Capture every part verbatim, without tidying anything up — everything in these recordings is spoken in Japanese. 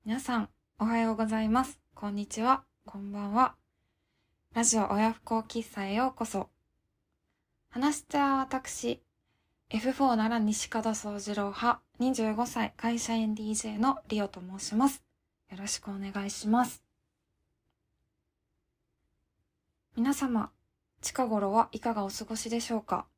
皆さん、おはようございます。こんにちは。こんばんは。ラジオ親不孝喫茶へようこそ。話し手は私、エフフォー なら西門宗次郎派、にじゅうごさい会社員 ディージェー のリオと申します。よろしくお願いします。皆様、近頃はいかがお過ごしでしょうか。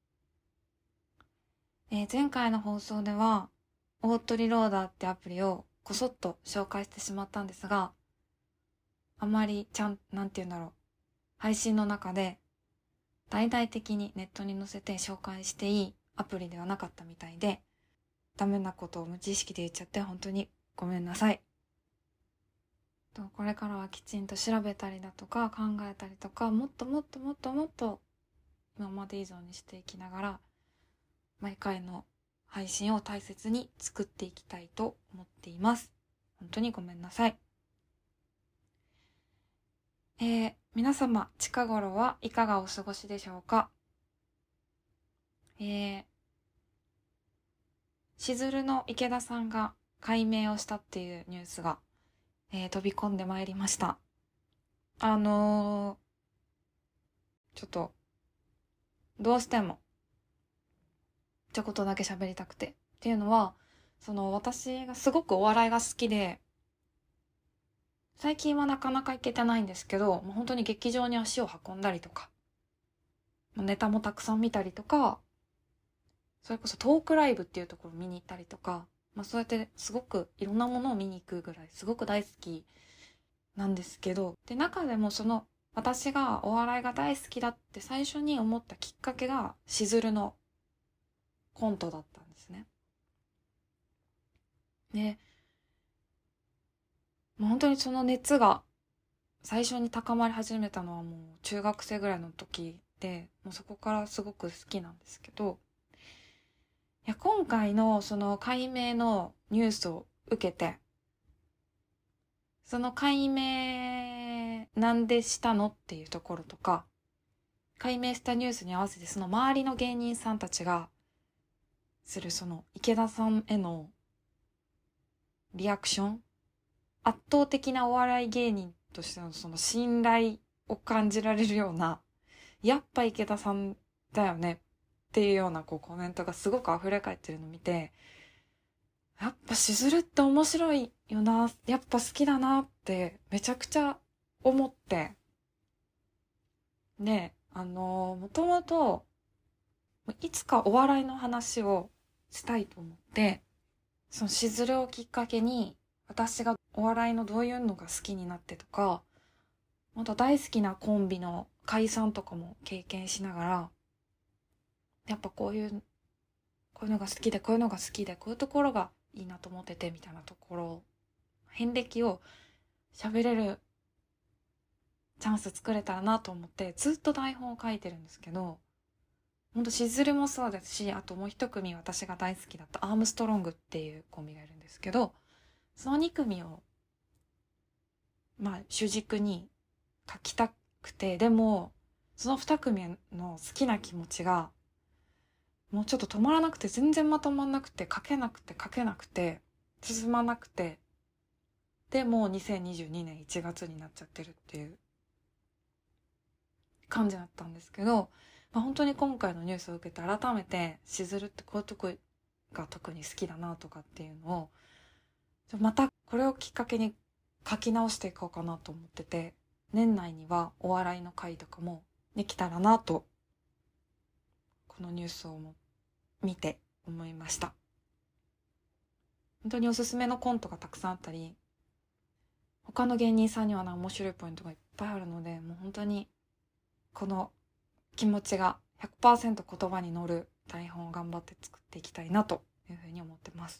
えー、前回の放送では、オートリローダーってアプリをこそっと紹介してしまったんですが、あまりちゃん、なんて言うんだろう。配信の中で大々的にネットに載せて紹介していいアプリではなかったみたいで、ダメなことを無知識で言っちゃって本当にごめんなさい。これからはきちんと調べたりだとか考えたりとか、もっともっともっともっと今まで以上にしていきながら、毎回の配信を大切に作っていきたいと思っています。本当にごめんなさい。えー、皆様、近頃はいかがお過ごしでしょうか。えー、しずるの池田さんが改名をしたっていうニュースが、えー、飛び込んでまいりました。あのー、ちょっと、どうしても、ちょこっとだけ喋りたくて。っていうのは、その私がすごくお笑いが好きで、最近はなかなか行けてないんですけど、もう本当に劇場に足を運んだりとか、ネタもたくさん見たりとか、それこそトークライブっていうところを見に行ったりとか、まあそうやってすごくいろんなものを見に行くぐらいすごく大好きなんですけど、で、中でもその私がお笑いが大好きだって最初に思ったきっかけがしずるのコントだったんですね。で、もう本当にその熱が最初に高まり始めたのはもう中学生ぐらいの時で、もうそこからすごく好きなんですけど、いや、今回のその解明のニュースを受けて、その解明なんでしたのっていうところとか、解明したニュースに合わせてその周りの芸人さんたちがするその池田さんへのリアクション、圧倒的なお笑い芸人としてのその信頼を感じられるような、やっぱ池田さんだよねっていうようなこうコメントがすごく溢れ返ってるのを見て、やっぱしずるって面白いよな、やっぱ好きだなってめちゃくちゃ思って、で、あのー、もともといつかお笑いの話をしたいと思って、そのしずるをきっかけに私がお笑いのどういうのが好きになってとか、また大好きなコンビの解散とかも経験しながら、やっぱこういう、こういうのが好きで、こういうのが好きで、こういうところがいいなと思っててみたいなところ、遍歴を喋れるチャンス作れたらなと思ってずっと台本を書いてるんですけど、ほんとしずるもそうですし、あともう一組私が大好きだったアームストロングっていうコンビがいるんですけど、そのに組をまあ主軸に書きたくて、でもそのに組の好きな気持ちがもうちょっと止まらなくて、全然まとまんなくて、書けなくて書けなくて進まなくて、でもうにせんにじゅうにねんいちがつになっちゃってるっていう感じだったんですけど、まあ、本当に今回のニュースを受けて改めてしずるってこういうとこが特に好きだなとかっていうのをまたこれをきっかけに書き直していこうかなと思ってて、年内にはお笑いの回とかもできたらなとこのニュースを見て思いました。本当におすすめのコントがたくさんあったり、他の芸人さんにはな面白いポイントがいっぱいあるので、もう本当にこの気持ちが ひゃくパーセント 言葉に乗る台本を頑張って作っていきたいなというふうに思ってます。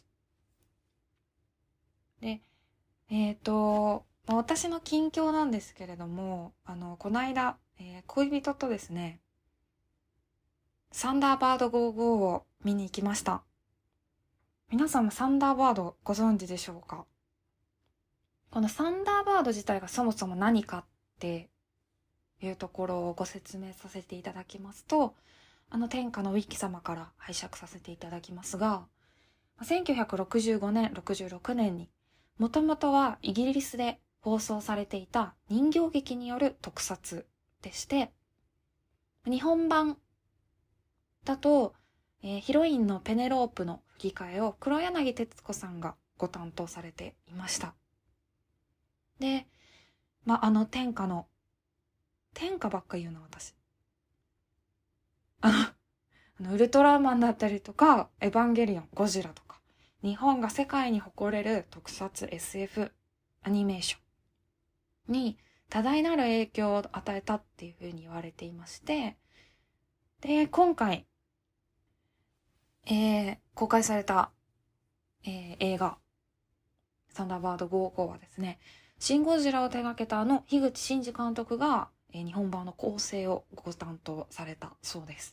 で、えっと、まあ、私の近況なんですけれども、あの、この間、えー恋人とですね、サンダーバードゴーゴーを見に行きました。皆さんもサンダーバードご存知でしょうか？このサンダーバード自体がそもそも何かっていうところをご説明させていただきますと、あの天下のウィキ様から拝借させていただきますが、せんきゅうひゃくろくじゅうごねん、ろくじゅうろくねんにもともとはイギリスで放送されていた人形劇による特撮でして、日本版だと、えーヒロインのペネロープの吹き替えを黒柳徹子さんがご担当されていました。で、まあ、あの天下の、天下ばっか言うな私。あの、あのウルトラマンだったりとか、エヴァンゲリオン、ゴジラとか、日本が世界に誇れる特撮 エスエフ アニメーションに多大なる影響を与えたっていうふうに言われていまして、で、今回、えー公開された、えー映画、サンダーバードごじゅうごはですね、シン・ゴジラを手掛けたあの樋口真嗣監督が、えー日本版の構成をご担当されたそうです。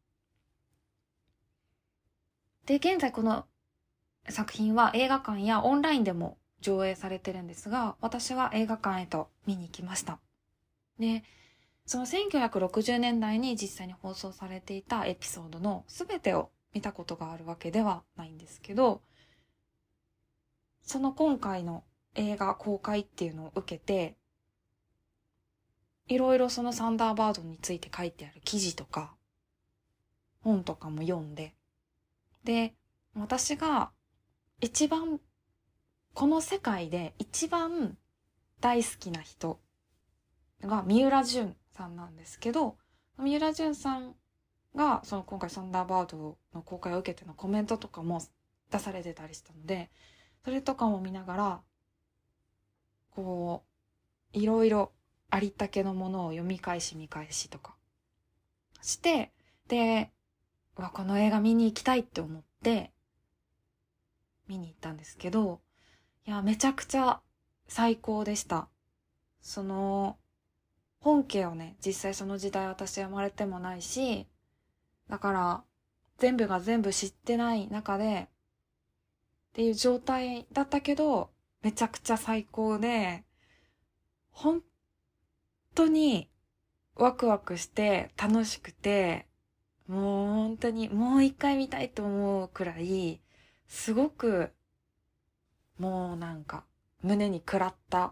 で、現在この作品は映画館やオンラインでも上映されてるんですが、私は映画館へと見に行きました。で、そのせんきゅうひゃくろくじゅうねんだいに実際に放送されていたエピソードの全てを見たことがあるわけではないんですけど、その今回の映画公開っていうのを受けて、いろいろそのサンダーバードについて書いてある記事とか、本とかも読んで、で、私が一番、この世界で一番大好きな人が三浦淳さんなんですけど、三浦淳さんがその今回サンダーバードの公開を受けてのコメントとかも出されてたりしたので、それとかも見ながら、こう、いろいろありったけのものを読み返し見返しとかして、で、うわ、この映画見に行きたいって思って見に行ったんですけど、いや、めちゃくちゃ最高でした。その、本家をね、実際その時代私生まれてもないし、だから全部が全部知ってない中でっていう状態だったけど、めちゃくちゃ最高で、本当にワクワクして楽しくて、もう本当にもう一回見たいと思うくらい、すごくもうなんか胸に食らった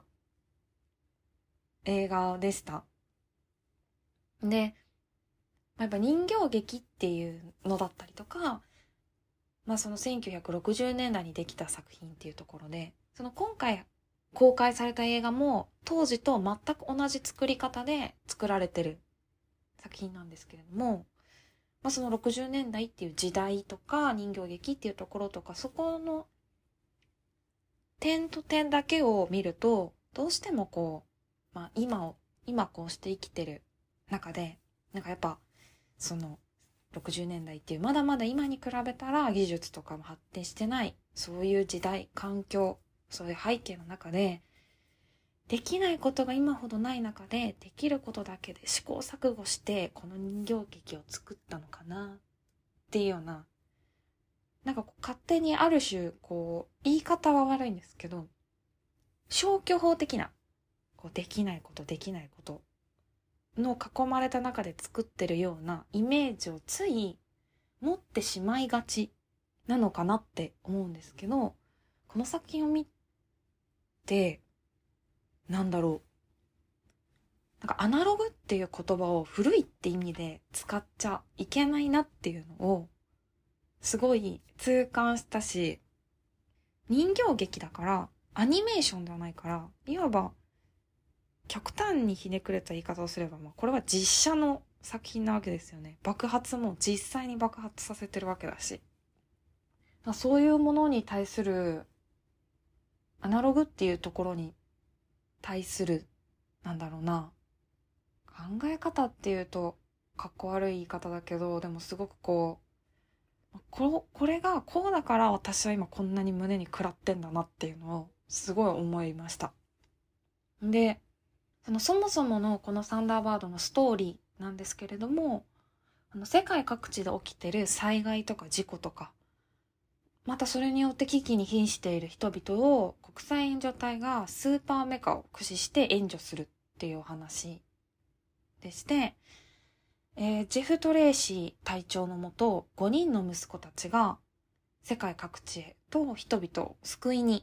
映画でした。で、やっぱ人形劇っていうのだったりとか、まあそのせんきゅうひゃくろくじゅうねんだいにできた作品っていうところで、その今回公開された映画も当時と全く同じ作り方で作られてる作品なんですけれども、まあそのろくじゅうねんだいっていう時代とか人形劇っていうところとか、そこの点と点だけを見ると、どうしてもこう、まあ今を、今こうして生きてる中で、なんかやっぱそのろくじゅうねんだいっていうまだまだ今に比べたら技術とかも発展してない、そういう時代、環境、そういう背景の中で、できないことが今ほどない中で、できることだけで試行錯誤してこの人形劇を作ったのかなっていうような、なんかこう勝手にある種こう言い方は悪いんですけど、消去法的な、こうできないことできないことの囲まれた中で作ってるようなイメージをつい持ってしまいがちなのかなって思うんですけど、この作品を見て、なんだろう、なんかアナログっていう言葉を古いって意味で使っちゃいけないなっていうのをすごい痛感したし、人形劇だからアニメーションではないから、いわば極端にひねくれた言い方をすれば、まあこれは実写の作品なわけですよね。爆発も実際に爆発させてるわけだし、まあ、そういうものに対するアナログっていうところに対する、なんだろうな、考え方っていうとかっこ悪い言い方だけど、でもすごくこう、ここれがこうだから私は今こんなに胸に食らってんだなっていうのをすごい思いました。で、そのそもそものこのサンダーバードのストーリーなんですけれども、あの世界各地で起きてる災害とか事故とか、またそれによって危機に瀕している人々を国際援助隊がスーパーメカを駆使して援助するっていうお話でして、えージェフ・トレーシー隊長のもとごにんの息子たちが世界各地へと人々を救いに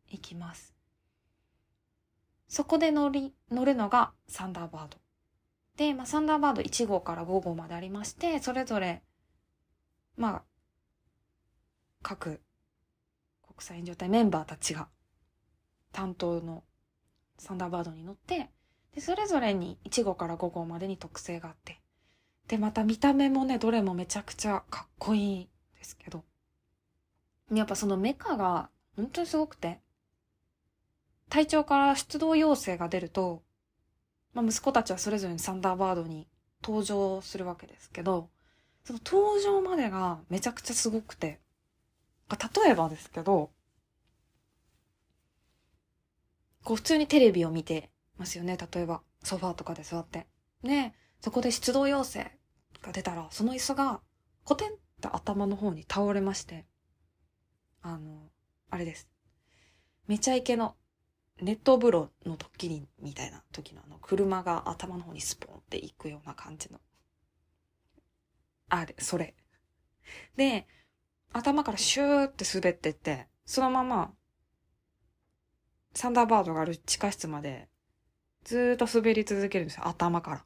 行きます。そこで乗り、乗るのがサンダーバード。で、まあ、サンダーバードいち号からご号までありまして、それぞれ、まあ、各国際援助隊メンバーたちが担当のサンダーバードに乗って、で、それぞれにいち号からご号までに特性があって、で、また見た目もね、どれもめちゃくちゃかっこいいんですけど、やっぱそのメカが本当にすごくて、隊長から出動要請が出ると、まあ、息子たちはそれぞれにサンダーバードに登場するわけですけど、その登場までがめちゃくちゃすごくて、例えばですけど、こう普通にテレビを見てますよね。例えばソファーとかで座って。ね、そこで出動要請が出たら、その椅子がコテンって頭の方に倒れまして、あの、あれです。めちゃイケの熱湯風呂のドッキリみたいな時のあの車が頭の方にスポンっていくような感じの。あれ、それ。で、頭からシューって滑ってって、そのままサンダーバードがある地下室までずーっと滑り続けるんですよ、頭から。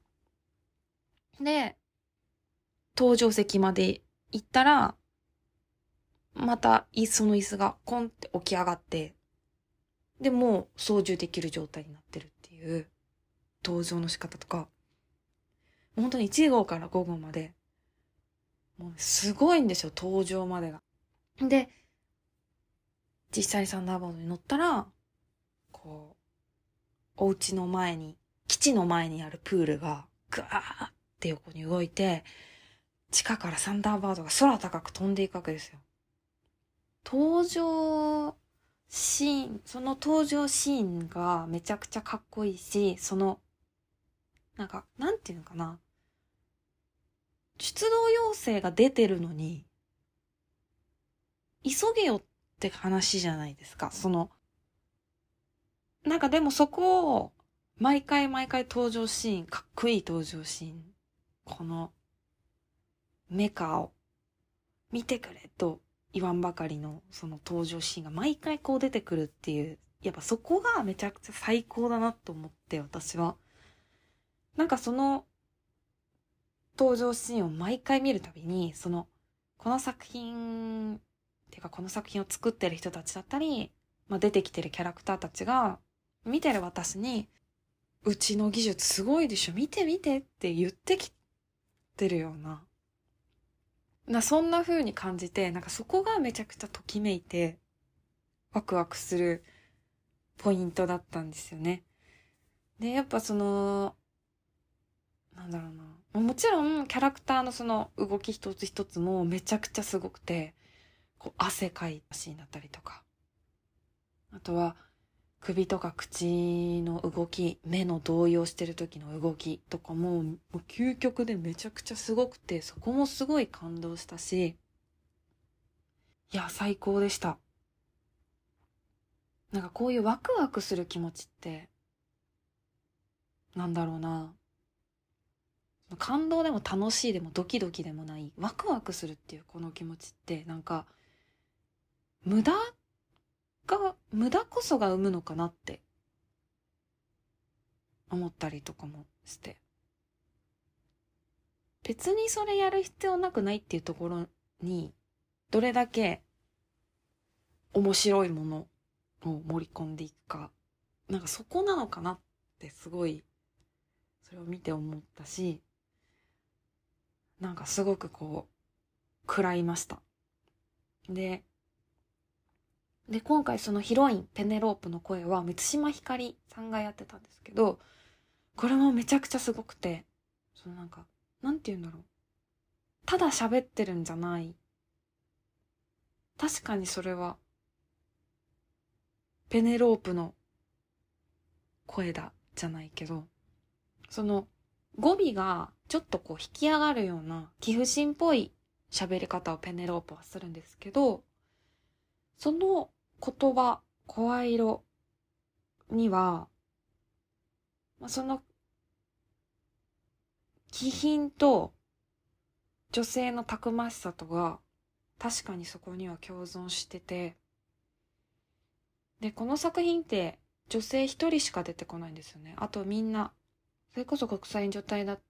で、搭乗席まで行ったら、またその椅子がコンって起き上がって、で、もう操縦できる状態になってるっていう登場の仕方とか、本当にいち号からご号まで、もうすごいんですよ、登場までが。で、実際にサンダーバードに乗ったら、こう、お家の前に、基地の前にあるプールが、ぐわーって横に動いて、地下からサンダーバードが空高く飛んでいくわけですよ。登場シーン、その登場シーンがめちゃくちゃかっこいいし、その、なんか、なんていうのかな。出動要請が出てるのに、急げよって話じゃないですか。その、なんかでもそこを、毎回毎回登場シーン、かっこいい登場シーン、この、メカを見てくれと言わんばかりのその登場シーンが毎回こう出てくるっていう、やっぱそこがめちゃくちゃ最高だなと思って、私は。なんかその登場シーンを毎回見るたびに、その、この作品、っていうかこの作品を作ってる人たちだったり、まあ、出てきてるキャラクターたちが、見てる私に、うちの技術すごいでしょ、見て見てって言ってきてるような、なそんな風に感じて、なんかそこがめちゃくちゃときめいて、ワクワクするポイントだったんですよね。で、やっぱその、なんだろうな。もちろんキャラクターのその動き一つ一つもめちゃくちゃすごくて、こう汗かいたシーンだったりとか、あとは首とか口の動き、目の動揺してる時の動きとかも、もう究極でめちゃくちゃすごくて、そこもすごい感動したし、いや、最高でした。なんかこういうワクワクする気持ちって、なんだろうな。感動でも楽しいでもドキドキでもない、ワクワクするっていうこの気持ちって、なんか、無駄が、無駄こそが生むのかなって思ったりとかもして。別にそれやる必要なくないっていうところに、どれだけ面白いものを盛り込んでいくか。なんかそこなのかなってすごい、それを見て思ったし、なんかすごくこう、食らいました。で、で、今回そのヒロイン、ペネロープの声は満島ひかりさんがやってたんですけど、これもめちゃくちゃすごくて、そのなんか、なんて言うんだろう。ただ喋ってるんじゃない。確かにそれは、ペネロープの声だ、じゃないけど、その語尾がちょっとこう引き上がるような貴婦人っぽい喋り方をペネロープはするんですけど、その言葉、声色には、その気品と女性のたくましさとが確かにそこには共存してて、 で、この作品って女性一人しか出てこないんですよね。あとみんな、それこそ国際援助隊だって、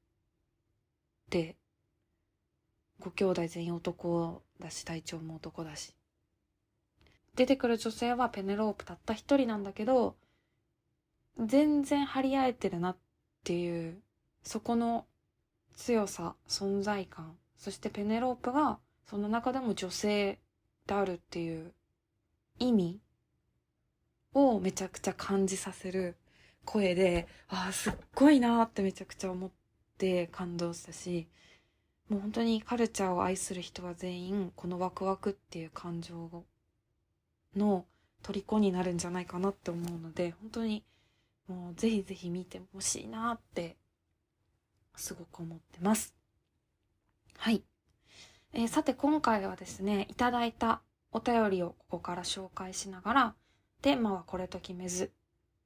ご兄弟全員男だし、隊長も男だし。出てくる女性はペネロープたった一人なんだけど、全然張り合えてるなっていう、そこの強さ、存在感、そしてペネロープがその中でも女性であるっていう意味をめちゃくちゃ感じさせる声で、ああ、すっごいなーってめちゃくちゃ思って感動したし、もう本当にカルチャーを愛する人は全員このワクワクっていう感情の虜になるんじゃないかなって思うので、本当にもうぜひぜひ見てほしいなってすごく思ってます。はい。えー、さて今回はですね、いただいたお便りをここから紹介しながら、テーマはこれと決めず、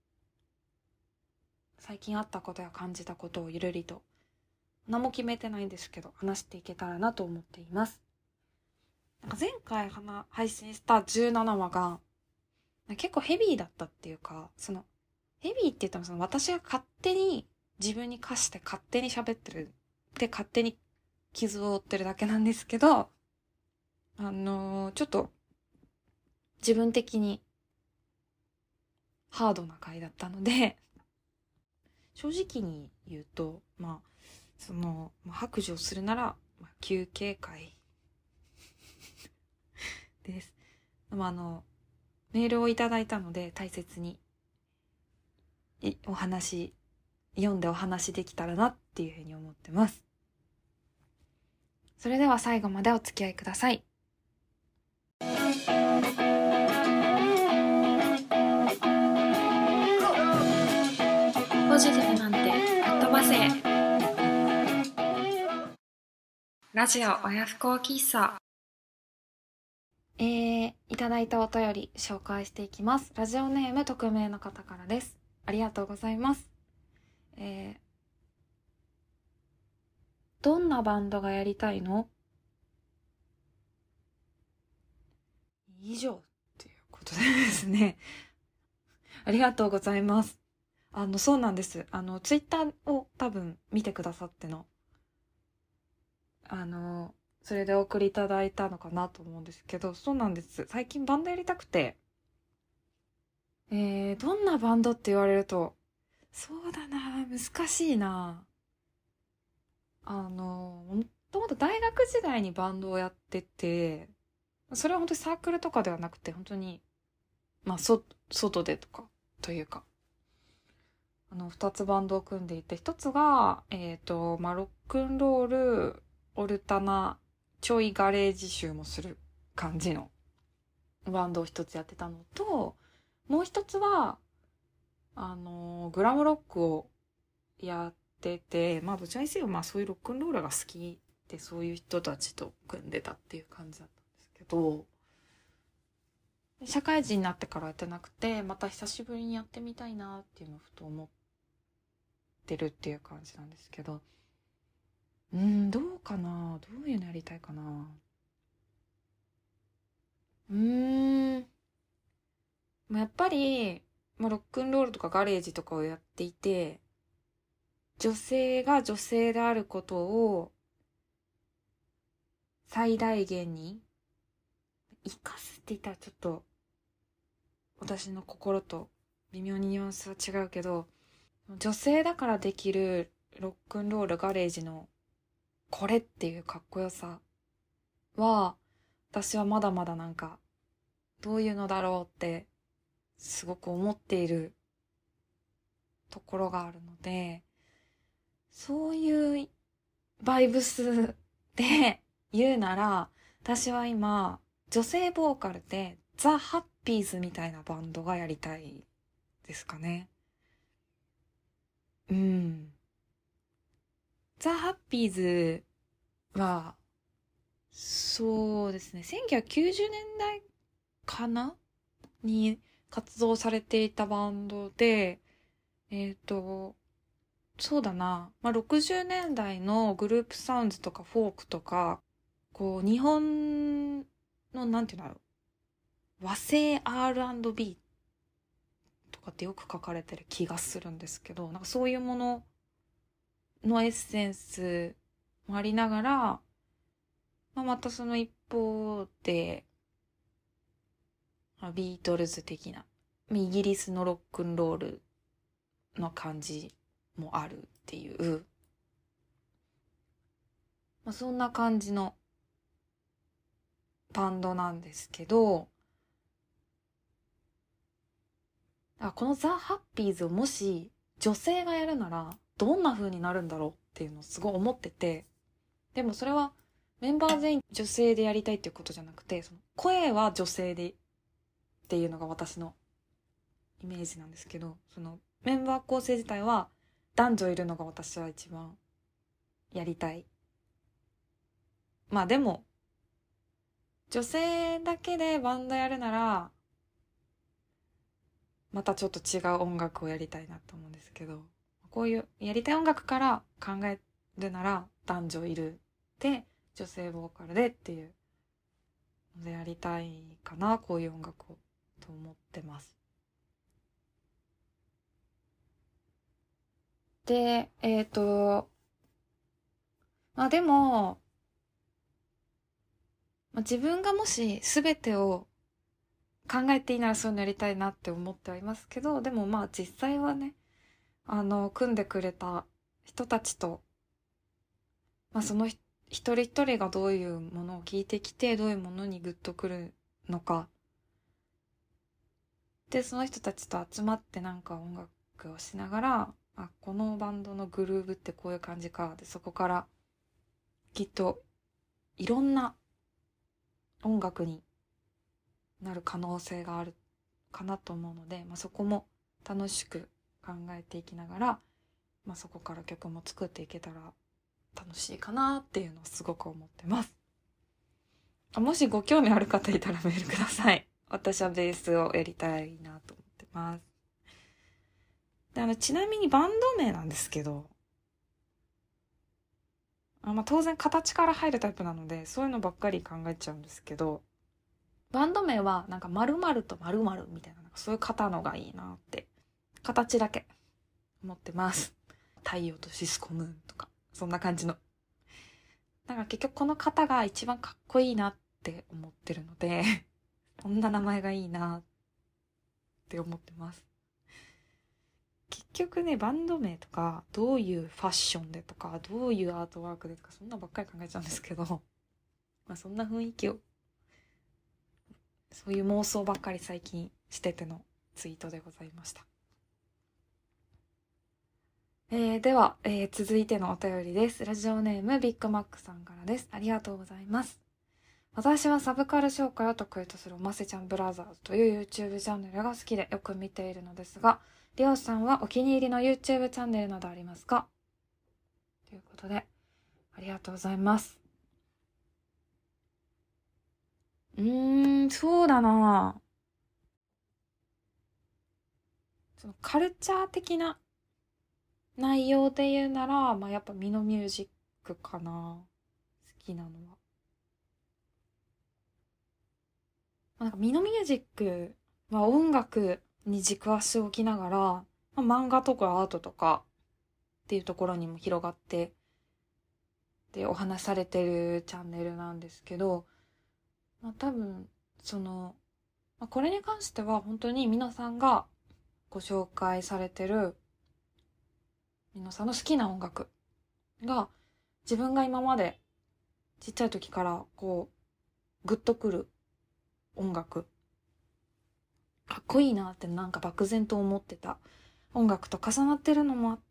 最近あったことや感じたことをゆるりと、何も決めてないんですけど、話していけたらなと思っています。なんか前回配信したじゅうななわが、結構ヘビーだったっていうか、その、ヘビーって言ってもその私が勝手に自分に課して勝手に喋ってる。で、勝手に傷を負ってるだけなんですけど、あのー、ちょっと自分的にハードな回だったので、正直に言うと、まあ、その、まあ、白状するなら、まあ、休憩会です。まあ、あの、メールをいただいたので大切にお話、読んでお話できたらなっていうふうに思ってます。それでは最後までお付き合いください。ポジティブなんてぶっ飛ばせ。ラジオ親不孝喫茶。えー、いただいたお便り紹介していきます。ラジオネーム匿名の方からです。ありがとうございます。えー、どんなバンドがやりたいの？以上っていうことですね。ありがとうございます。あの、そうなんです。あの、ツイッターを多分見てくださっての、あの、それでお送りいただいたのかなと思うんですけど、そうなんです。最近バンドやりたくて、えー、どんなバンドって言われると、そうだな、難しいな。あの、もともと大学時代にバンドをやってて、それは本当にサークルとかではなくて、本当に、まあ、そ、外でとか、というか、あの、二つバンドを組んでいて、一つが、えっと、まあ、ロックンロール、オルタナ、ちょいガレージ集もする感じのバンドを一つやってたのと、もう一つは、あの、グラムロックをやってて、まあ、どちらにせよ、まあ、そういうロックンロールが好きで、そういう人たちと組んでたっていう感じだったんですけど、社会人になってからやってなくて、また久しぶりにやってみたいなっていうのをふと思ってるっていう感じなんですけど、うーん、どうかな、どういうのやりたいかな。うーん、まあ、やっぱり、まあ、ロックンロールとかガレージとかをやっていて、女性が女性であることを最大限に生かすって言ったらちょっと私の心と微妙にニュアンスは違うけど、女性だからできるロックンロールガレージのこれっていうかっこよさは、私はまだまだなんかどういうのだろうってすごく思っているところがあるので、そういうバイブスで言うなら、私は今女性ボーカルでザ・ハッピーズみたいなバンドがやりたいですかね。うん。ザ・ハッピーズは、そうですね、せんきゅうひゃくきゅうじゅうねんだいかなに活動されていたバンドで、えっと、そうだな、まあ、ろくじゅうねんだいのグループサウンズとかフォークとか、こう、日本の、なんていうんだろう、和製 アールアンドビーかってよく書かれてる気がするんですけど、なんかそういうもののエッセンスもありながら、まあ、またその一方で、ビートルズ的な、イギリスのロックンロールの感じもあるっていう、まあ、そんな感じのバンドなんですけど、あ、このザ・ハッピーズをもし女性がやるならどんな風になるんだろうっていうのをすごい思ってて、でもそれはメンバー全員女性でやりたいっていうことじゃなくて、その声は女性でっていうのが私のイメージなんですけど、そのメンバー構成自体は男女いるのが私は一番やりたい。まあでも女性だけでバンドやるならまたちょっと違う音楽をやりたいなと思うんですけど、こういうやりたい音楽から考えるなら男女いるで女性ボーカルでっていうのでやりたいかな、こういう音楽をと思ってます。で、えっとまあでも、まあ、自分がもし全てを考えていいならそういうのやりたいなって思ってはいますけど、でもまあ実際はね、あの組んでくれた人たちと、まあ、その一人一人がどういうものを聞いてきてどういうものにグッとくるのかで、その人たちと集まってなんか音楽をしながら、あ、このバンドのグルーヴってこういう感じかで、そこからきっといろんな音楽になる可能性があるかなと思うので、まあ、そこも楽しく考えていきながら、まあ、そこから曲も作っていけたら楽しいかなっていうのをすごく思ってます。もしご興味ある方いたらメールください。私はベースをやりたいなと思ってます。で、あの、ちなみにバンド名なんですけど、あ、まあ、当然形から入るタイプなので、そういうのばっかり考えちゃうんですけど、バンド名はなんか〇〇と〇〇みたいな、なんかそういう型のがいいなって、形だけ思ってます。太陽とシスコムーンとか、そんな感じの。なんか結局この型が一番かっこいいなって思ってるので、こんな名前がいいなって思ってます。結局ね、バンド名とか、どういうファッションでとか、どういうアートワークでとか、そんなばっかり考えちゃうんですけど、まあそんな雰囲気を、そういう妄想ばっかり最近しててのツイートでございました。えー、では、えー、続いてのお便りです。ラジオネームビッグマックさんからです。ありがとうございます。私はサブカル紹介を得意とするおませちゃんブラザーズという YouTube チャンネルが好きでよく見ているのですが、りょうさんはお気に入りの YouTube チャンネルなどありますか？ということで、ありがとうございます。うーん、そうだな。そのカルチャー的な内容で言うなら、まあ、やっぱミノミュージックかな。好きなのは。まあ、なんかミノミュージックは音楽に軸足を置きながら、まあ、漫画とかアートとかっていうところにも広がってでお話しされてるチャンネルなんですけど、まあ、多分その、まあ、これに関しては本当に皆さんがご紹介されてる皆さんの好きな音楽が自分が今までちっちゃい時からこうグッとくる音楽、かっこいいなってなんか漠然と思ってた音楽と重なってるのもあって、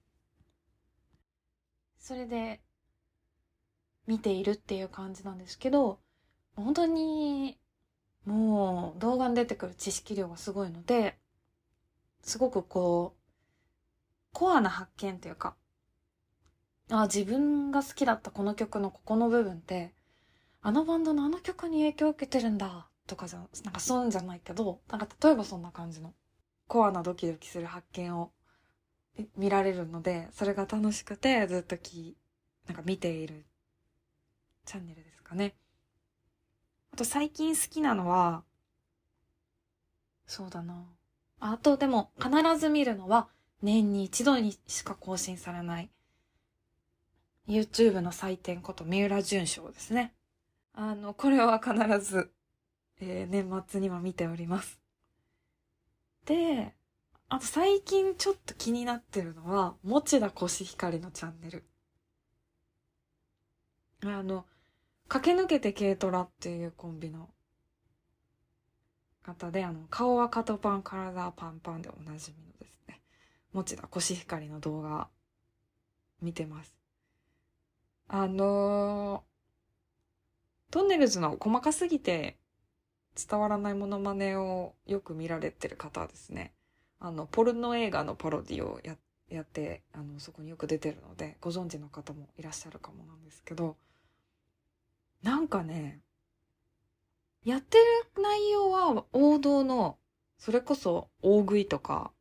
それで見ているっていう感じなんですけど、本当にもう動画に出てくる知識量がすごいので、すごくこうコアな発見というか、あ、自分が好きだったこの曲のここの部分ってあのバンドのあの曲に影響を受けてるんだとかじゃ、なんかそういうんじゃないけど、なんか例えばそんな感じのコアなドキドキする発見を見られるので、それが楽しくてずっときなんか見ているチャンネルですかね。あと最近好きなのは、そうだな、 あとでも必ず見るのは年に一度にしか更新されない YouTube の祭典こと三浦淳賞ですね。あの、これは必ず、えー年末には見ております。で、あと最近ちょっと気になってるのは、持田コシヒカリのチャンネル。あの、駆け抜けて軽トラっていうコンビの方で、あの、顔はカトパン、体はパンパンでおなじみのですね、持田コシヒカリの動画見てます。あのー、トンネルズの細かすぎて伝わらないモノマネをよく見られてる方はですね、あの、ポルノ映画のパロディをや、やって、あの、そこによく出てるので、ご存知の方もいらっしゃるかもなんですけど、なんかね、やってる内容は王道の、それこそ大食いとか、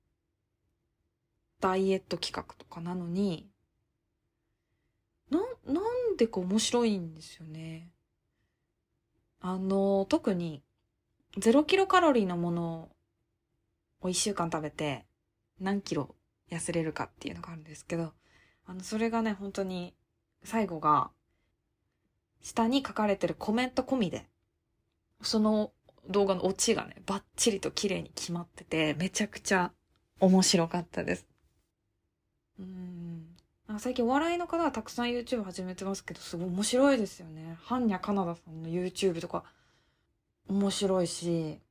ダイエット企画とかなのに、な、なんでか面白いんですよね。あの、特にゼロキロカロリーのものをいっしゅうかん食べて何キロ痩せれるかっていうのがあるんですけど、あの、それがね、本当に最後が下に書かれてるコメント込みで、その動画のオチがね、バッチリと綺麗に決まってて、めちゃくちゃ面白かったです。うーん。なんか最近お笑いの方はたくさん YouTube 始めてますけど、すごい面白いですよね。般若カナダさんの YouTube とか面白いし、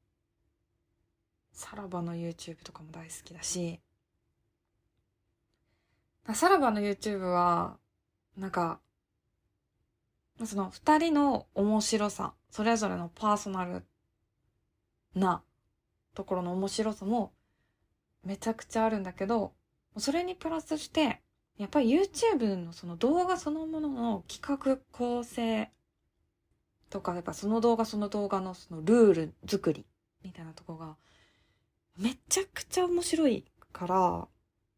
さらばの YouTube とかも大好きだし、さらばの YouTube は、なんか、その二人の面白さ、それぞれのパーソナルなところの面白さもめちゃくちゃあるんだけど、それにプラスして、やっぱり YouTube のその動画そのものの企画構成とか、やっぱその動画その動画のそのルール作りみたいなところがめちゃくちゃ面白いから、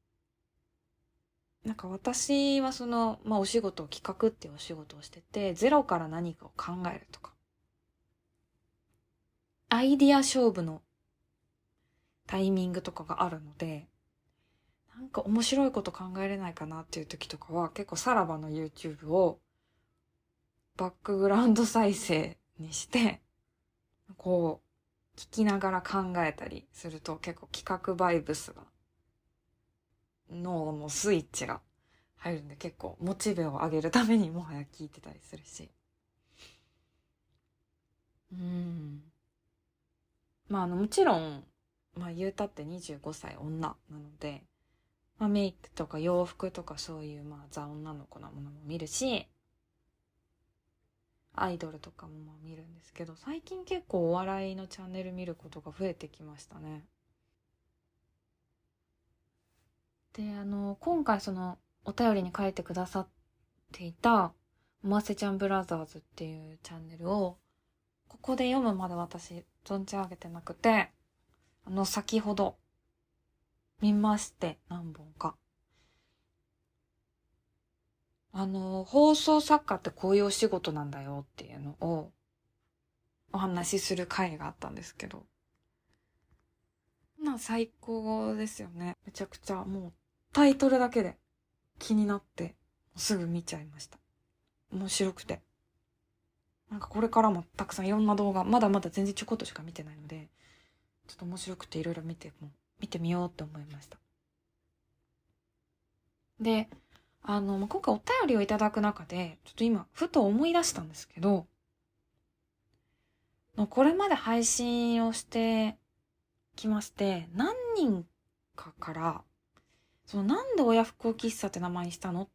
なんか私はその、まあお仕事を企画っていうお仕事をしてて、ゼロから何かを考えるとか、アイディア勝負のタイミングとかがあるので、なんか面白いこと考えれないかなっていう時とかは、結構さらばの YouTube をバックグラウンド再生にして、こう、聞きながら考えたりすると結構企画バイブスが、脳のスイッチが入るんで、結構モチベを上げるためにもはや聞いてたりするし。うん。まあ、あの、もちろん、まあ言うたってにじゅうごさい女なので、まあメイクとか洋服とかそういうまあザ女の子なものも見るし、アイドルとかもまあ見るんですけど、最近結構お笑いのチャンネル見ることが増えてきましたね。で、あの、今回そのお便りに書いてくださっていた、おませちゃんブラザーズっていうチャンネルを、ここで読むまで私存じ上げてなくて、あの、先ほど見まして、何本か。あの、放送作家ってこういうお仕事なんだよっていうのをお話しする回があったんですけど、まあ最高ですよね。めちゃくちゃもうタイトルだけで気になってすぐ見ちゃいました。面白くて。なんかこれからもたくさんいろんな動画、まだまだ全然ちょこっとしか見てないので、ちょっと面白くていろいろ見ても、見てみようって思いました。で、あの、まあ今回お便りをいただく中で、ちょっと今、ふと思い出したんですけど、これまで配信をしてきまして、何人かから、そのなんで親不孝喫茶って名前にしたのって、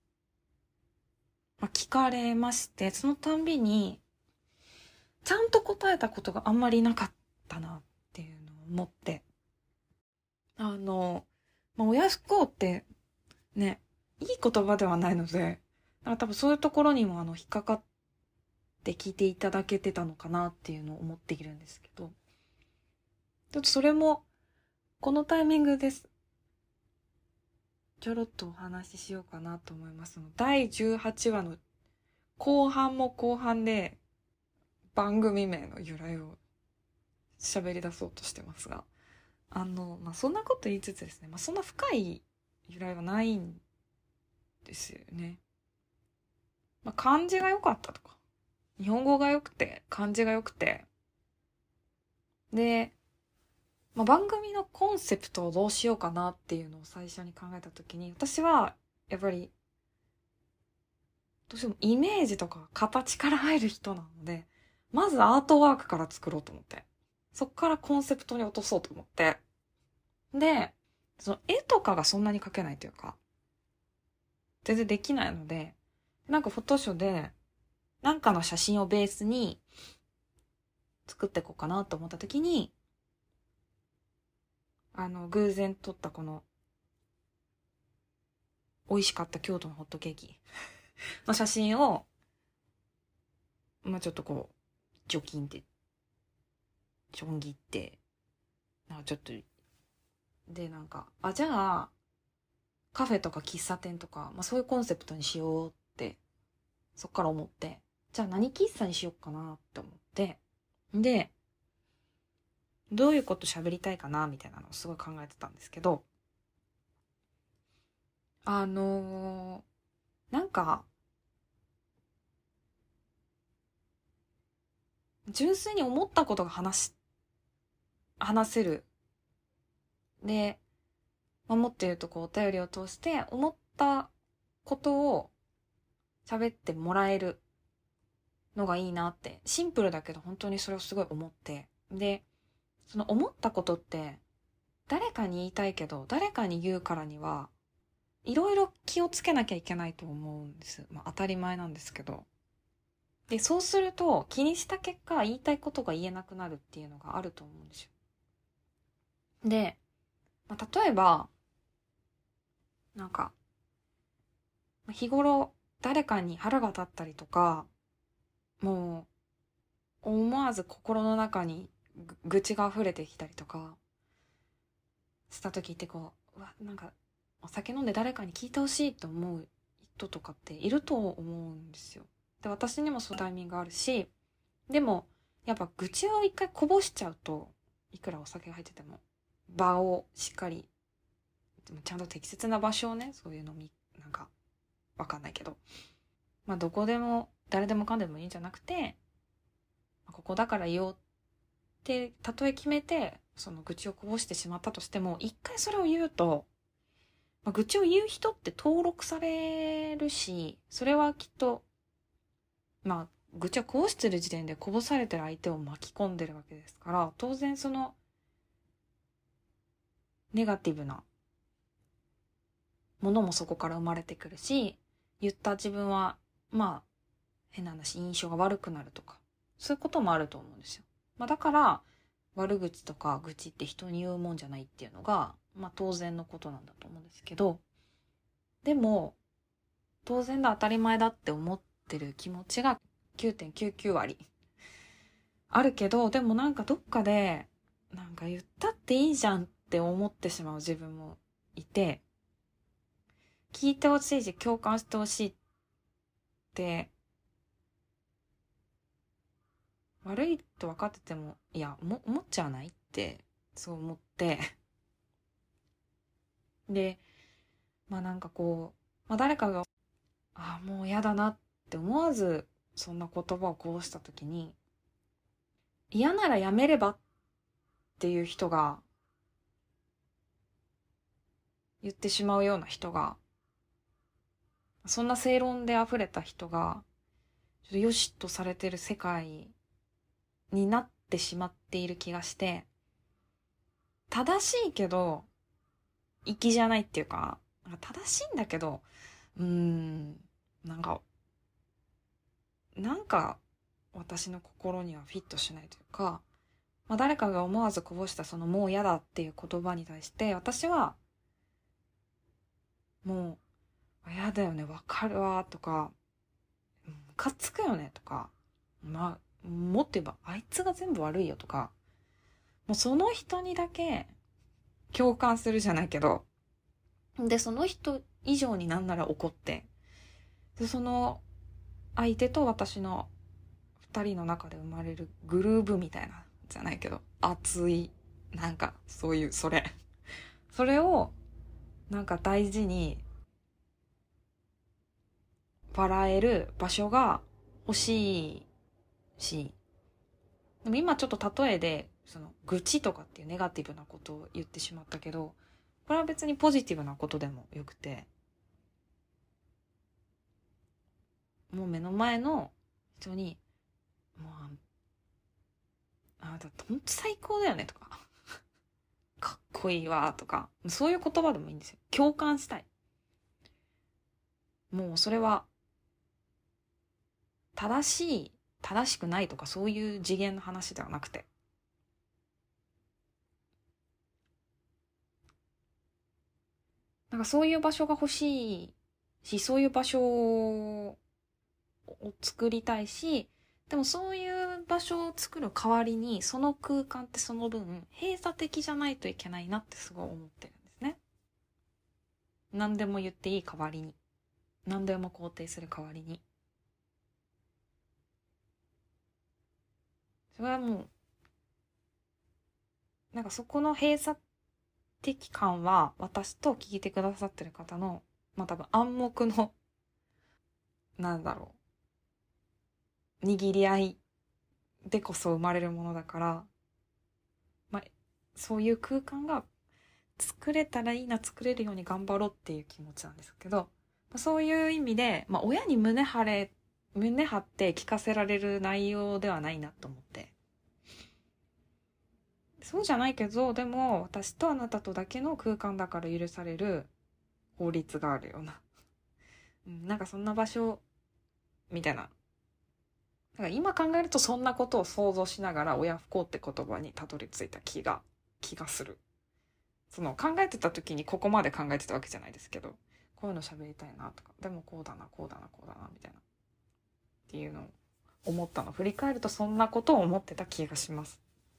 まあ、聞かれまして、そのたんびに、ちゃんと答えたことがあんまりなかったなっていうのを思って、あの、まあ、親不孝ってね、いい言葉ではないので、だから多分そういうところにもあの引っかかって聞いていただけてたのかなっていうのを思っているんですけど、ちょっとそれもこのタイミングです。ちょろっとお話ししようかなと思いますの。だいじゅうはちわの後半も後半で番組名の由来を喋り出そうとしてますが、あの、まあ、そんなこと言いつつですね、まあ、そんな深い由来はないんですよね。まあ、漢字が良かったとか、日本語が良くて、漢字が良くて、で、まあ、番組のコンセプトをどうしようかなっていうのを最初に考えたときに、私はやっぱりどうしてもイメージとか形から入る人なので、まずアートワークから作ろうと思って、そっからコンセプトに落とそうと思って、で、その絵とかがそんなに描けないというか、全然できないので、なんかフォトショーで、なんかの写真をベースに作っていこうかなと思った時に、あの、偶然撮ったこの、美味しかった京都のホットケーキの写真を、まあちょっとこう、除菌って、ちょん切って、なんかちょっと、で、なんか、あ、じゃあ、カフェとか喫茶店とか、まあそういうコンセプトにしようって、そっから思って、じゃあ何喫茶にしようかなって思って、で、どういうこと喋りたいかなみたいなのをすごい考えてたんですけど、あのー、なんか、純粋に思ったことが話し、話せる。で、まあ、もっと言うとこうお便りを通して思ったことを喋ってもらえるのがいいなって、シンプルだけど本当にそれをすごい思って、で、その思ったことって誰かに言いたいけど誰かに言うからにはいろいろ気をつけなきゃいけないと思うんです。まあ当たり前なんですけど。で、そうすると気にした結果言いたいことが言えなくなるっていうのがあると思うんですよ。で、まあ、例えば、なんか、日頃誰かに腹が立ったりとか、もう思わず心の中にぐ愚痴が溢れてきたりとかした時ってこう、うわ、なんかお酒飲んで誰かに聞いてほしいと思う人とかっていると思うんですよ。で、私にもそういうタイミングがあるし、でもやっぱ愚痴を一回こぼしちゃうと、いくらお酒が入ってても場をしっかり、ちゃんと適切な場所をね、そういうのみ、なんかわかんないけど、まあどこでも誰でもかんでもいいんじゃなくて、ここだから言おうってたとえ決めてその愚痴をこぼしてしまったとしても、一回それを言うと、まあ、愚痴を言う人って登録されるし、それはきっとまあ愚痴をこぼしてる時点でこぼされてる相手を巻き込んでるわけですから、当然そのネガティブなものもそこから生まれてくるし、言った自分はまあ変な話印象が悪くなるとか、そういうこともあると思うんですよ。まあ、だから悪口とか愚痴って人に言うもんじゃないっていうのが、まあ、当然のことなんだと思うんですけど、でも当然だ当たり前だって思ってる気持ちがきゅうてんきゅうきゅう割あるけど、でもなんかどっかでなんか言ったっていいじゃんって思ってしまう自分もいて、聞いてほしいし共感してほしいって悪いと分かってても、いやも思っちゃわないってそう思ってで、まあなんかこう、まあ、誰かがああもう嫌だなって思わずそんな言葉をこうした時に、嫌ならやめればっていう人が、言ってしまうような人が、そんな正論で溢れた人がちょっと良しとされてる世界になってしまっている気がして、正しいけど粋じゃないっていうか、なんか正しいんだけど、うーんなんかなんか私の心にはフィットしないというか、まあ、誰かが思わずこぼしたそのもう嫌だっていう言葉に対して私はもう嫌だよねわかるわとか、ムカつくよねとか、まあもっと言えばあいつが全部悪いよとか、もうその人にだけ共感するじゃないけど、でその人以上になんなら怒って、でその相手と私の二人の中で生まれるグルーブみたいなじゃないけど、 熱い、なんかそういう、それ。それを、なんか大事に笑える場所が欲しいし、でも今ちょっと例えで、その、愚痴とかっていうネガティブなことを言ってしまったけど、これは別にポジティブなことでもよくて、もう目の前の人に、もう、あなたほんと最高だよねとか、かっこいいわとか、そういう言葉でもいいんですよ。共感したい。もうそれは、正しい、正しくないとかそういう次元の話ではなくて、なんかそういう場所が欲しいし、そういう場所を作りたいし、でもそういう場所を作る代わりに、その空間ってその分、閉鎖的じゃないといけないなってすごい思ってるんですね。何でも言っていい代わりに。何でも肯定する代わりに。それはもう、なんかそこの閉鎖的感は、私と聞いてくださってる方の、まあ多分暗黙の、なんだろう、握り合いでこそ生まれるものだから、まあ、そういう空間が作れたらいいな、作れるように頑張ろうっていう気持ちなんですけど、そういう意味で、まあ、親に胸張れ、胸張って聞かせられる内容ではないなと思って。そうじゃないけど、でも私とあなたとだけの空間だから許される法律があるような。うん、なんかそんな場所、みたいな。だから今考えるとそんなことを想像しながら親不孝って言葉にたどり着いた気が、気がする。その考えてた時にここまで考えてたわけじゃないですけど、こういうの喋りたいなとか、でもこうだな、こうだな、こうだな、みたいな。っていうのを思ったの。振り返るとそんなことを思ってた気がします。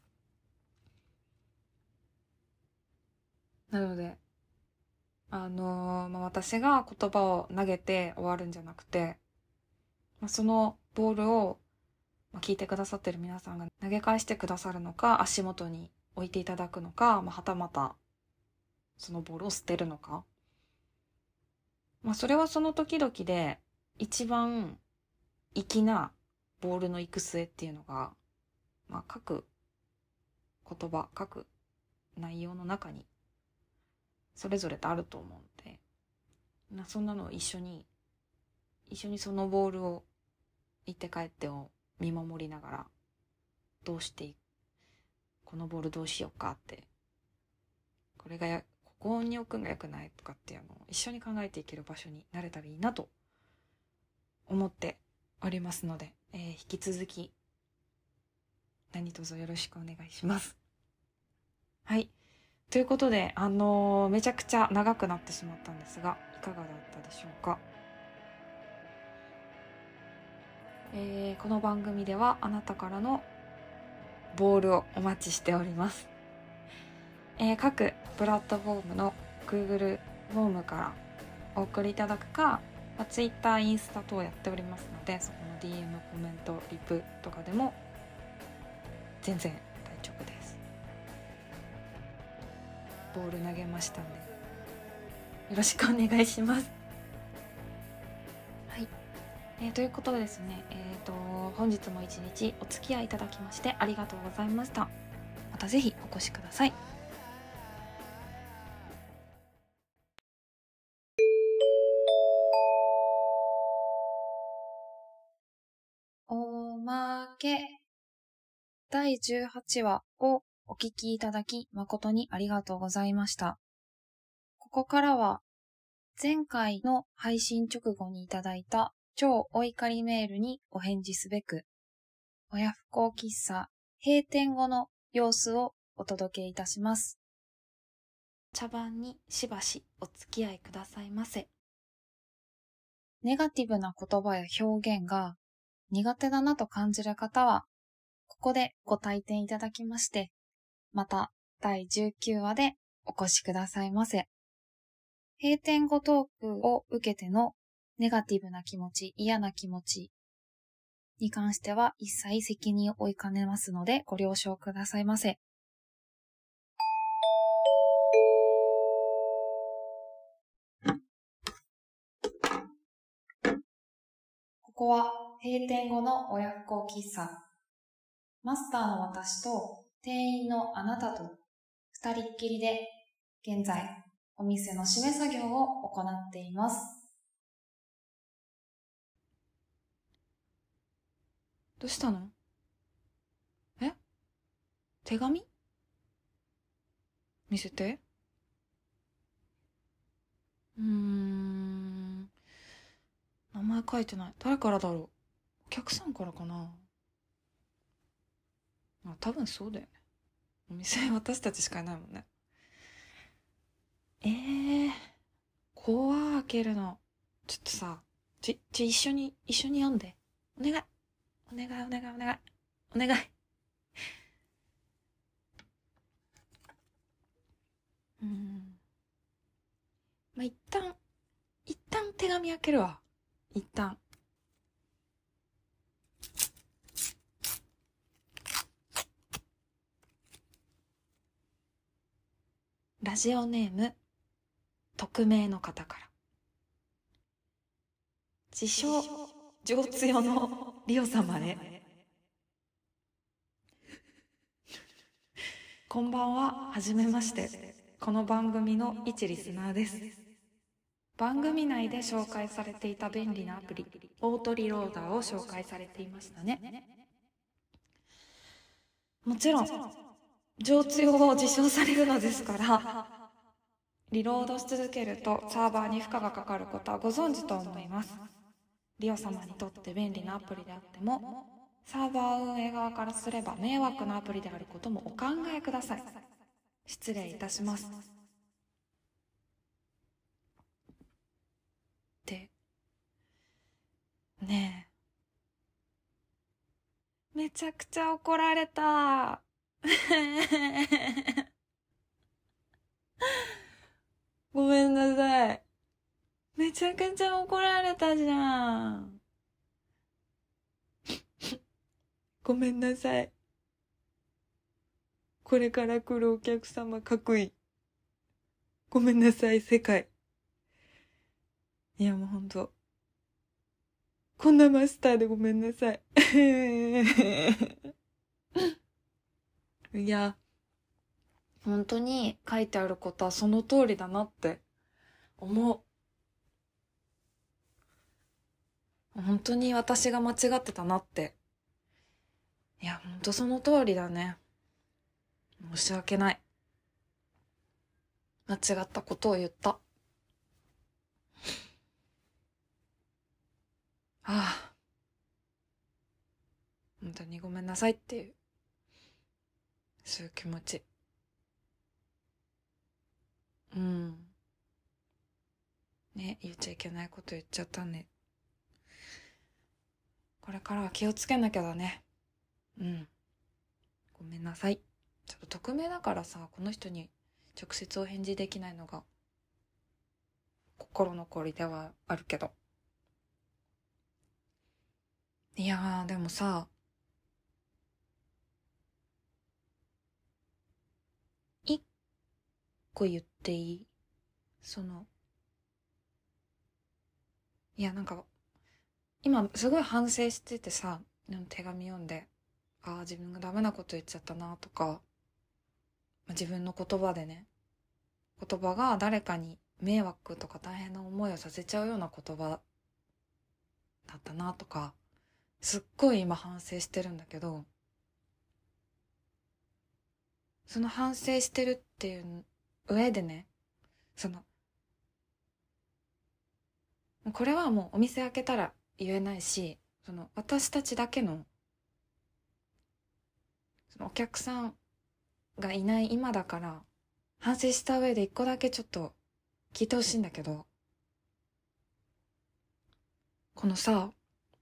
なので、あのーまあ、私が言葉を投げて終わるんじゃなくて、まあ、そのボールを、まあ、聞いてくださってる皆さんが投げ返してくださるのか、足元に置いていただくのか、まあ、はたまたそのボールを捨てるのか。まあ、それはその時々で一番粋なボールの行く末っていうのが、まあ、各言葉、各内容の中にそれぞれとあると思うので、なそんなのを一緒に、一緒にそのボールを行って帰ってを見守りながら、どうしていく、このボールどうしようかって、これがや、ここに置くんが良くないとかっていうのを一緒に考えていける場所になれたらいいなと思っておりますので、えー、引き続き何卒よろしくお願いします。はい。ということで、あのー、めちゃくちゃ長くなってしまったんですが、いかがだったでしょうか。えー、この番組ではあなたからのボールをお待ちしております。えー、各プラットフォームの Google フォームからお送りいただくか、まあ、Twitter、インスタ等やっておりますので、そこの ディーエム、コメント、リプとかでも全然大丈夫です。ボール投げましたんで、よろしくお願いします。はい。えー、ということでですね、えっと、本日も一日お付き合いいただきましてありがとうございました。またぜひお越しください。おまけだいじゅうはちわをお聞きいただき誠にありがとうございました。ここからは前回の配信直後にいただいた超お怒りメールにお返事すべく、親不孝喫茶閉店後の様子をお届けいたします。茶番にしばしお付き合いくださいませ。ネガティブな言葉や表現が苦手だなと感じる方は、ここでご退店いただきまして、まただいじゅうきゅうわでお越しくださいませ。閉店後トークを受けてのネガティブな気持ち、嫌な気持ちに関しては一切責任を負いかねますのでご了承くださいませ。 ここは閉店後の親不孝喫茶。マスターの私と店員のあなたと二人っきりで現在お店の閉め作業を行っています。どうしたの？え？手紙？見せて。うーん。名前書いてない。誰からだろう？お客さんからかな？あ、多分そうだよね。お店私たちしかいないもんね。えー、怖開けるの。ちょっとさ、ち、ち、一緒に、一緒に読んで。お願い。お願い、お願い、お願い。お願い。うーん。まあ、一旦、一旦手紙開けるわ。一旦。ラジオネーム、匿名の方から。自称、上強のリオ様へ。こんばんは、はじめまして。この番組の一リスナーです。番組内で紹介されていた便利なアプリ、オートリローダーを紹介されていましたね。もちろん、上強を自称されるのですから、リロードし続けるとサーバーに負荷がかかることはご存知と思います。リオ様にとって便利なアプリであっても、サーバー運営側からすれば迷惑なアプリであることもお考えください。失礼いたします。ってねえ、めちゃくちゃ怒られた。ごめんなさい。めちゃくちゃ怒られたじゃん。ごめんなさい。これから来るお客様各位。ごめんなさい、世界。いやもうほんと。こんなマスターでごめんなさい。いや、本当に書いてあることはその通りだなって思う。本当に私が間違ってたなって。いや、本当その通りだね。申し訳ない。間違ったことを言った。ああ。本当にごめんなさいっていう、そういう気持ち。うん。ね、言っちゃいけないこと言っちゃったね。これからは気をつけなきゃだね。うん。ごめんなさい。ちょっと匿名だからさ、この人に直接お返事できないのが心残りではあるけど。いやー、でもさ、一個言っていい？その、いやなんか、今すごい反省しててさ、手紙読んで、ああ、自分がダメなこと言っちゃったなとか、まあ自分の言葉でね、言葉が誰かに迷惑とか大変な思いをさせちゃうような言葉だったなとか、すっごい今反省してるんだけど、その反省してるっていう上でね、その、これはもうお店開けたら言えないし、その私たちだけの、そのお客さんがいない今だから反省した上で一個だけちょっと聞いてほしいんだけど、このさ、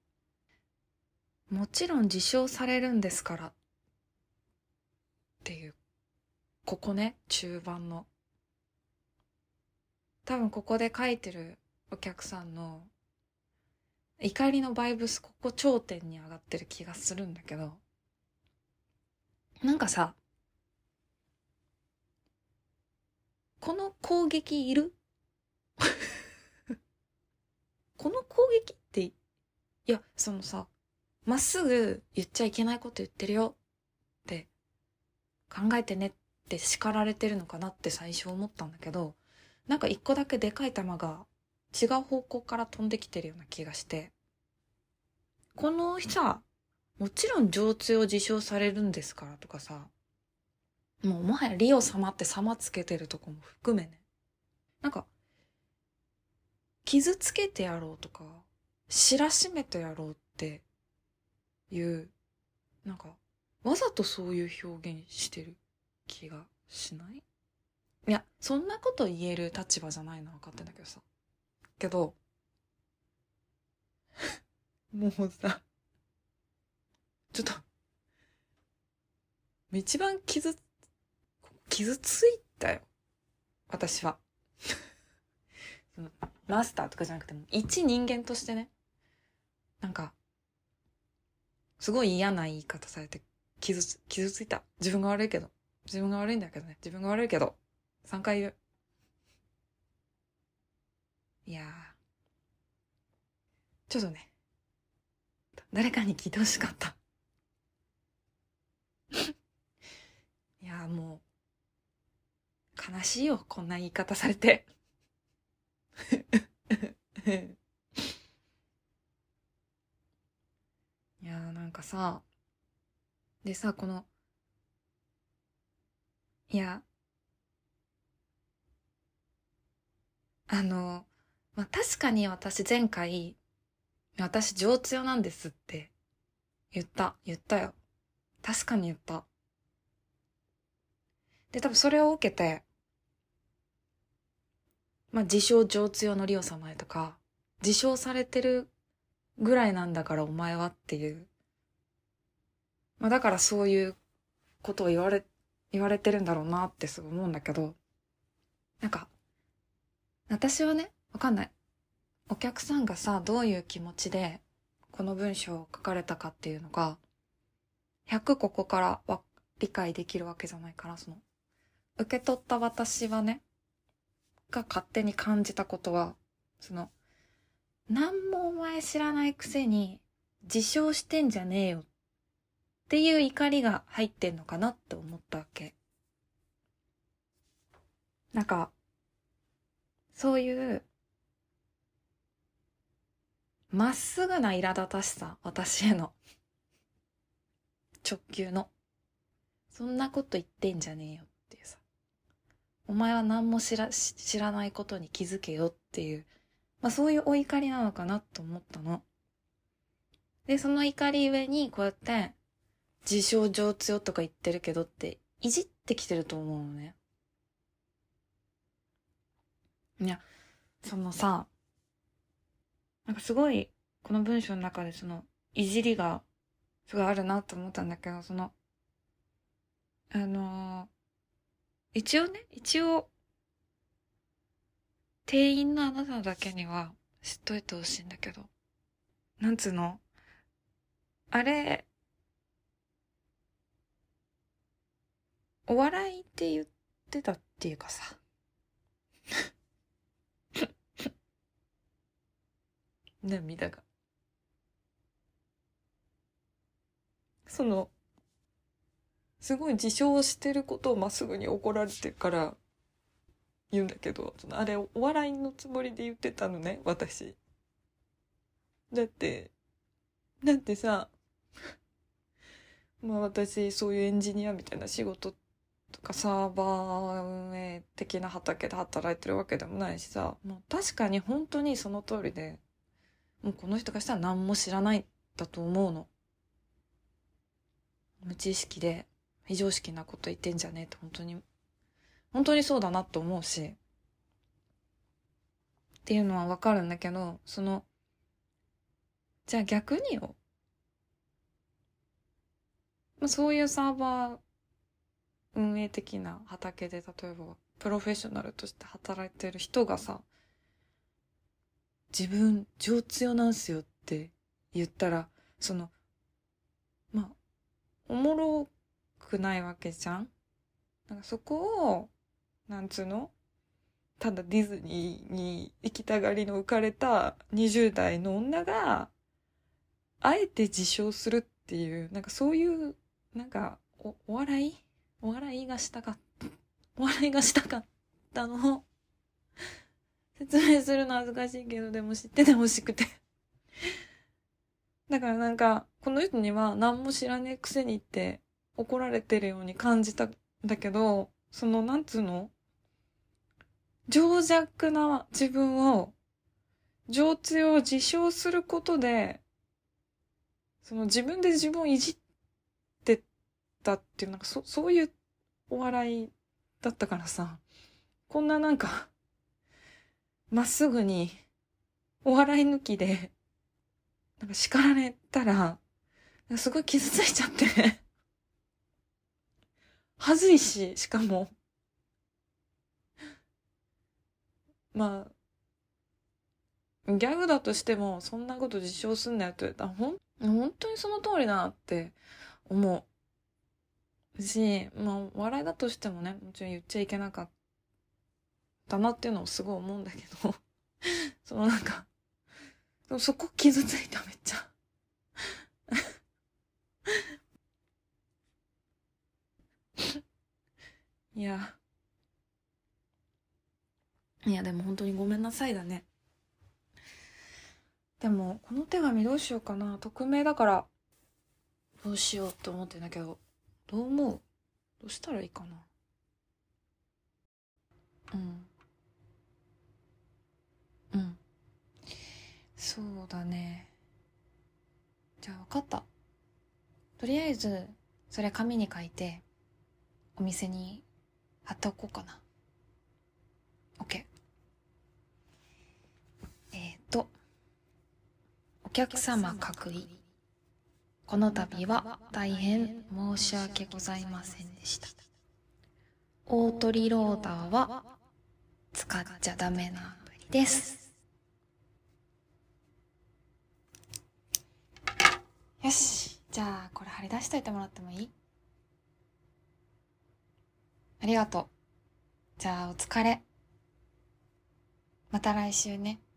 もちろん自称されるんですからっていう、ここね、中盤の。多分ここで書いてるお客さんの怒りのバイブス、ここ頂点に上がってる気がするんだけど、なんかさ、この攻撃いる？この攻撃っていや、そのさ、まっすぐ言っちゃいけないこと言ってるよって考えてねって叱られてるのかなって最初思ったんだけど、なんか一個だけでかい球が違う方向から飛んできてるような気がして、このさ、もちろん上通を自称されるんですからとかさ、もうもはやリオ様って様つけてるとこも含めね、なんか傷つけてやろうとか知らしめてやろうっていう、なんかわざとそういう表現してる気がしない？いや、そんなこと言える立場じゃないのは分かってんだけどさ、けどもうさ、ちょっと一番傷傷ついたよ、私は。そのマスターとかじゃなくても一人間としてね、なんかすごい嫌な言い方されて傷つ傷ついた。自分が悪いけど自分が悪いんだけどね自分が悪いけどさんかい言う。いやー、ちょっとね、誰かに聞いてほしかった。いやー、もう悲しいよ、こんな言い方されて。いやー、なんかさ、でさ、この、いや、あの、まあ、確かに私前回、私上強なんですって言った、言ったよ。確かに言った。で、多分それを受けて、まあ、自称上強のリオ様へとか、自称されてるぐらいなんだからお前はっていう。まあ、だからそういうことを言われ、言われてるんだろうなってすごい思うんだけど、なんか、私はね、わかんない。お客さんがさ、どういう気持ちで、この文章を書かれたかっていうのが、ひゃくここからは理解できるわけじゃないから、その、受け取った私はね、が勝手に感じたことは、その、なんもお前知らないくせに、自称してんじゃねえよっていう怒りが入ってんのかなって思ったわけ。なんか、そういう、まっすぐな苛立たしさ、私への、直球の。そんなこと言ってんじゃねえよっていうさ。お前は何も知ら、知らないことに気づけよっていう、まあそういうお怒りなのかなと思ったの。で、その怒り上にこうやって、自称上強とか言ってるけどって、いじってきてると思うのね。いや、そのさ、なんかすごい、この文章の中でその、いじりが、すごいあるなと思ったんだけど、その、あのー一応ね、一応、店員のあなただけには知っといてほしいんだけど、なんつうの、あれ、お笑いって言ってたっていうかさ、涙が。その、すごい自称してることをまっすぐに怒られてから言うんだけど、そのあれお笑いのつもりで言ってたのね、私。だって、だってさ、まあ私そういうエンジニアみたいな仕事とかサーバー運営的な畑で働いてるわけでもないしさ、もう確かに本当にその通りで、もうこの人がしたら何も知らないんだと思うの。無知識で非常識なこと言ってんじゃねえって本当に、本当にそうだなと思うし、っていうのはわかるんだけど、その、じゃあ逆によ、まあ、そういうサーバー運営的な畑で例えばプロフェッショナルとして働いてる人がさ、自分上強なんすよって言ったら、その、まあ、おもろくないわけじゃん。なんかそこを、なんつうの、ただディズニーに行きたがりの浮かれたにじゅう代の女があえて自称するっていう、なんかそういう、なんか、お、お笑いお笑いがしたかった。お笑いがしたかったのを説明するの恥ずかしいけど、でも知っててほしくて。だからなんか、この人には何も知らねえくせにって怒られてるように感じたんだけど、その、なんつうの情弱な自分を、情強を自称することで、その自分で自分をいじってたっていう、なんかそ、そういうお笑いだったからさ、こんななんか、まっすぐに、お笑い抜きで、なんか叱られたら、すごい傷ついちゃってはずいし、しかも、まあ、ギャグだとしても、そんなこと自称すんなよって言われたら、ほん、本当にその通りだなって思うし、まあ、笑いだとしてもね、もちろん言っちゃいけなかったなっていうのをすごい思うんだけど、そのなんか、そこ傷ついためっちゃ。いや、いやでも本当にごめんなさいだね。でも、この手紙どうしようかな。匿名だから、どうしようって思ってんだけど、どう思う？どうしたらいいかな。うん。うん。そうだね。じゃあ分かった。とりあえず、それ紙に書いて、お店に貼っておこうかな。OK。えーと、お客様各位。この度は大変申し訳ございませんでした。大鳥ローダーは使っちゃダメなアプリです。よし。じゃあ、これ貼り出しといてもらってもいい？ありがとう。じゃあ、お疲れ。また来週ね。